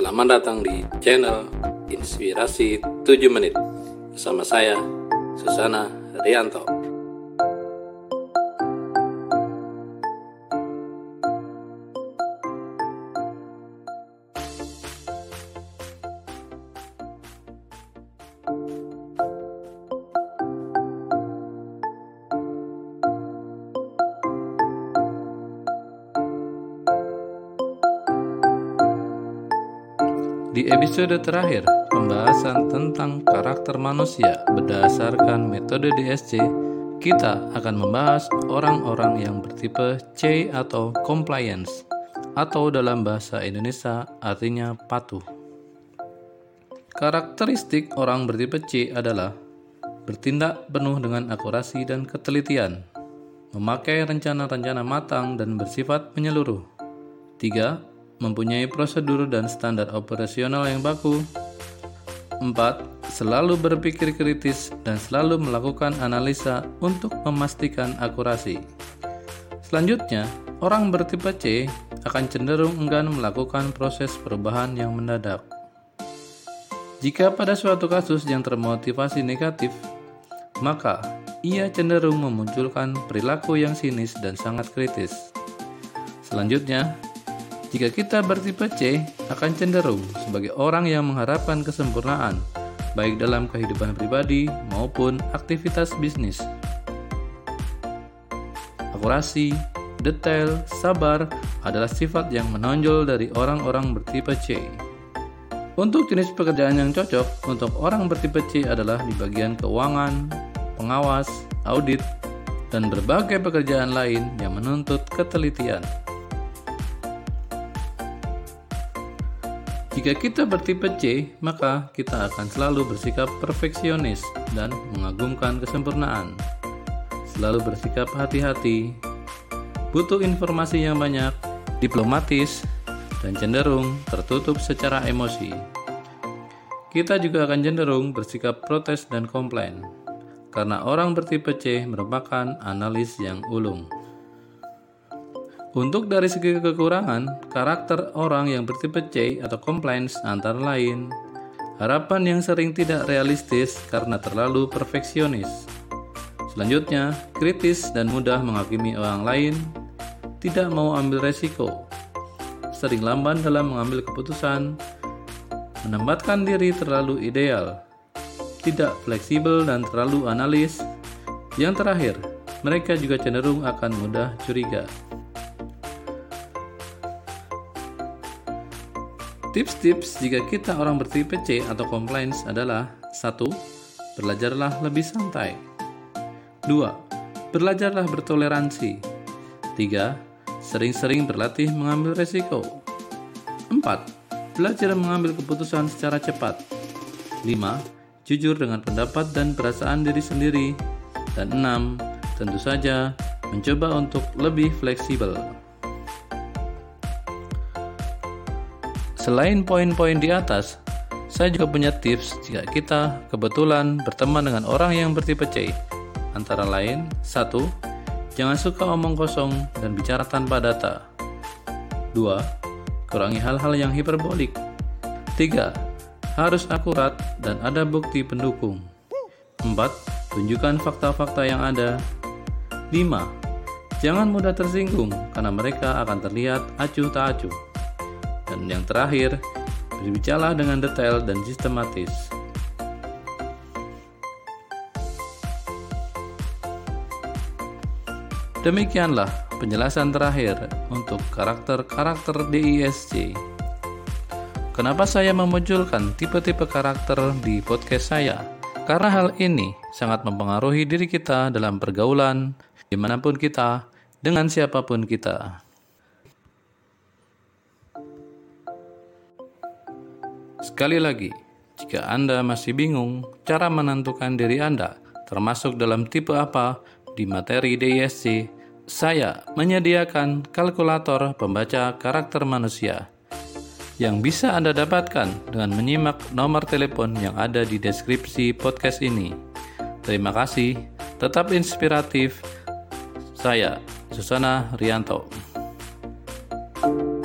Selamat datang di channel Inspirasi 7 Menit bersama saya, Susana Rianto. Di episode terakhir, pembahasan tentang karakter manusia berdasarkan metode DSC, kita akan membahas orang-orang yang bertipe C atau compliance, atau dalam bahasa Indonesia artinya patuh. Karakteristik orang bertipe C adalah bertindak penuh dengan akurasi dan ketelitian, memakai rencana-rencana matang dan bersifat menyeluruh. 3. Mempunyai prosedur dan standar operasional yang baku. 4. Selalu berpikir kritis dan selalu melakukan analisa untuk memastikan akurasi. Selanjutnya, orang bertipe C akan cenderung enggan melakukan proses perubahan yang mendadak. Jika pada suatu kasus yang termotivasi negatif, maka ia cenderung memunculkan perilaku yang sinis dan sangat kritis. Selanjutnya, jika kita bertipe C, akan cenderung sebagai orang yang mengharapkan kesempurnaan, baik dalam kehidupan pribadi maupun aktivitas bisnis. Akurasi, detail, sabar adalah sifat yang menonjol dari orang-orang bertipe C. Untuk jenis pekerjaan yang cocok untuk orang bertipe C adalah di bagian keuangan, pengawas, audit, dan berbagai pekerjaan lain yang menuntut ketelitian. Jika kita bertipe C, maka kita akan selalu bersikap perfeksionis dan mengagumkan kesempurnaan. Selalu bersikap hati-hati, butuh informasi yang banyak, diplomatis, dan cenderung tertutup secara emosi. Kita juga akan cenderung bersikap protes dan komplain, karena orang bertipe C merupakan analis yang ulung. Untuk dari segi kekurangan, karakter orang yang bertipe C atau compliance antara lain, harapan yang sering tidak realistis karena terlalu perfeksionis. Selanjutnya, kritis dan mudah menghakimi orang lain, tidak mau ambil resiko, sering lamban dalam mengambil keputusan, menempatkan diri terlalu ideal, tidak fleksibel dan terlalu analis. Yang terakhir, mereka juga cenderung akan mudah curiga. Tips-tips jika kita orang bertipe C atau compliance adalah 1. Belajarlah lebih santai. 2. Belajarlah bertoleransi. 3. Sering-sering berlatih mengambil resiko. 4. Belajar mengambil keputusan secara cepat. 5. Jujur dengan pendapat dan perasaan diri sendiri. Dan 6. Tentu saja mencoba untuk lebih fleksibel. Selain poin-poin di atas, saya juga punya tips jika kita kebetulan berteman dengan orang yang bertipe C. Antara lain, 1. Jangan suka omong kosong dan bicara tanpa data. 2. Kurangi hal-hal yang hiperbolik. 3. Harus akurat dan ada bukti pendukung. 4. Tunjukkan fakta-fakta yang ada. 5. Jangan mudah tersinggung karena mereka akan terlihat acuh tak acuh. Dan yang terakhir, berbicara dengan detail dan sistematis. Demikianlah penjelasan terakhir untuk karakter-karakter DISC. Kenapa saya memunculkan tipe-tipe karakter di podcast saya? Karena hal ini sangat mempengaruhi diri kita dalam pergaulan, dimanapun kita, dengan siapapun kita. Sekali lagi, jika Anda masih bingung cara menentukan diri Anda, termasuk dalam tipe apa di materi DISC, saya menyediakan kalkulator pembaca karakter manusia yang bisa Anda dapatkan dengan menyimak nomor telepon yang ada di deskripsi podcast ini. Terima kasih, tetap inspiratif. Saya, Susana Rianto.